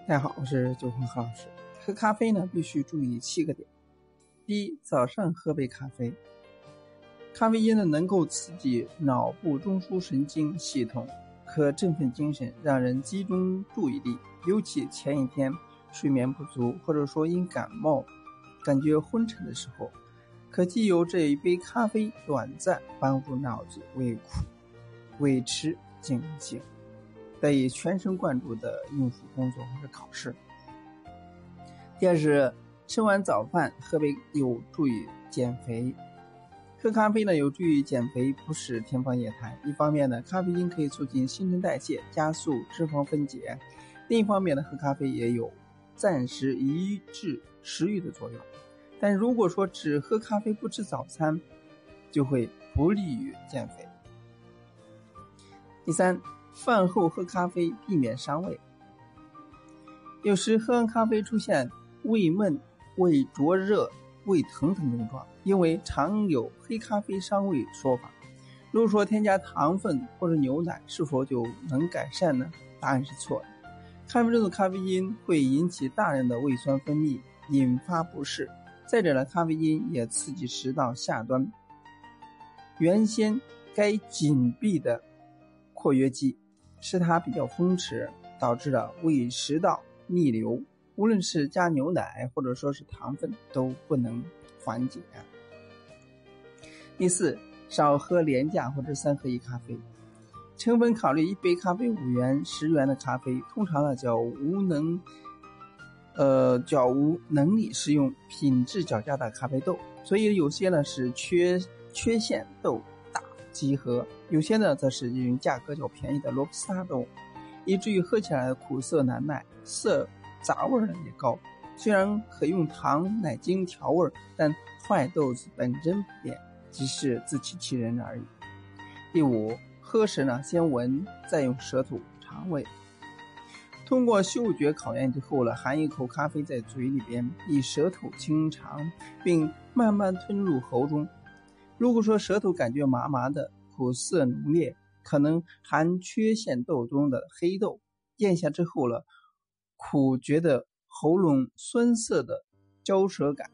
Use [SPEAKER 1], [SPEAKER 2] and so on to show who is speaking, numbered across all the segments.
[SPEAKER 1] 大家好，我是九红何老师。喝咖啡呢，必须注意7个点。第一，早上喝杯咖啡。咖啡因呢，能够刺激脑部中枢神经系统，可振奋精神，让人集中注意力。尤其前一天睡眠不足，或者说因感冒感觉昏沉的时候，可藉由这一杯咖啡短暂帮助脑子维持静静，得以全神贯注地应付工作或者考试。第二是吃完早饭喝杯有助于减肥。喝咖啡呢有助于减肥，不是天方夜谭。一方面呢，咖啡因可以促进新陈代谢，加速脂肪分解；另一方面呢，喝咖啡也有暂时抑制食欲的作用。但如果说只喝咖啡不吃早餐，就会不利于减肥。第三，饭后喝咖啡避免伤胃。有时喝完咖啡出现胃闷、胃灼热、胃疼等症状，因为常有黑咖啡伤胃说法。如果说添加糖分或者牛奶，是否就能改善呢？答案是错的。咖啡中的咖啡因会引起大量的胃酸分泌，引发不适。再者呢，咖啡因也刺激食道下端原先该紧闭的括约肌，使它比较松弛，导致了胃食道逆流。无论是加牛奶或者说是糖分都不能缓解。第四，少喝廉价或者3合1咖啡。成本考虑，一杯咖啡5元、10元的咖啡，通常呢较无能力使用品质较佳的咖啡豆，所以有些呢是缺陷豆大集合，有些呢则是用价格较便宜的罗布斯塔豆，以至于喝起来苦涩难耐，杂味也高。虽然可用糖奶精调味，但坏豆子本真不变，只是自欺欺人而已。第五，喝时呢先闻再用舌头尝味。通过嗅觉考验之后了，含一口咖啡在嘴里边，以舌头轻尝，并慢慢吞入喉中。如果说舌头感觉麻麻的、苦涩浓烈，可能含缺陷豆中的黑豆。咽下之后了，苦觉的喉咙酸涩的焦舌感，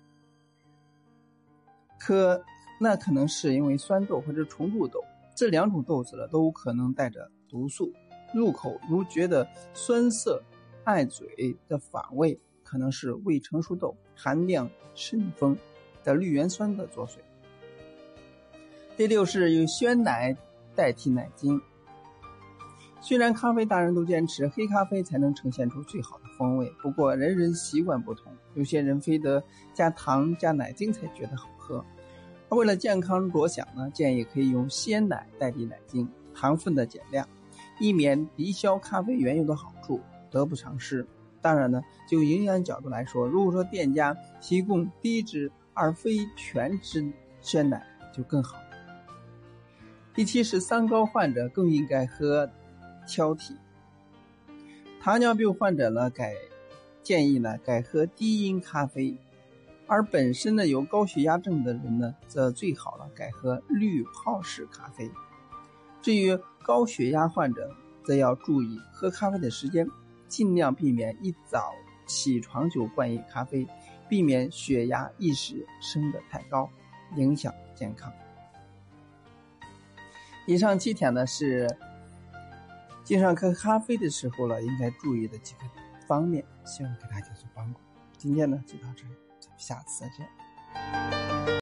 [SPEAKER 1] 那可能是因为酸豆或者重贮豆，这2种豆子呢都可能带着毒素。入口如觉得酸涩碍嘴的反胃，可能是未成熟豆含量甚丰的绿原酸的作祟。第六是用鲜奶代替奶精。虽然咖啡大人都坚持黑咖啡才能呈现出最好的风味，不过人人习惯不同，有些人非得加糖加奶精才觉得好喝。而为了健康着想呢，建议可以用鲜奶代替奶精，糖分的减量，以免抵消咖啡原有的好处，得不偿失。当然呢，就营养角度来说，如果说店家提供低脂而非全脂鲜奶就更好。第七是三高患者更应该喝挑剔。糖尿病患者呢建议呢改喝低因咖啡，而本身呢有高血压症的人呢，则最好了改喝滤泡式咖啡。至于高血压患者，则要注意喝咖啡的时间，尽量避免一早起床就灌饮咖啡，避免血压一时升得太高，影响健康。以上7点呢是经常喝咖啡的时候了应该注意的几个方面，希望给大家做帮助。今天呢就到这里，咱们下次再见。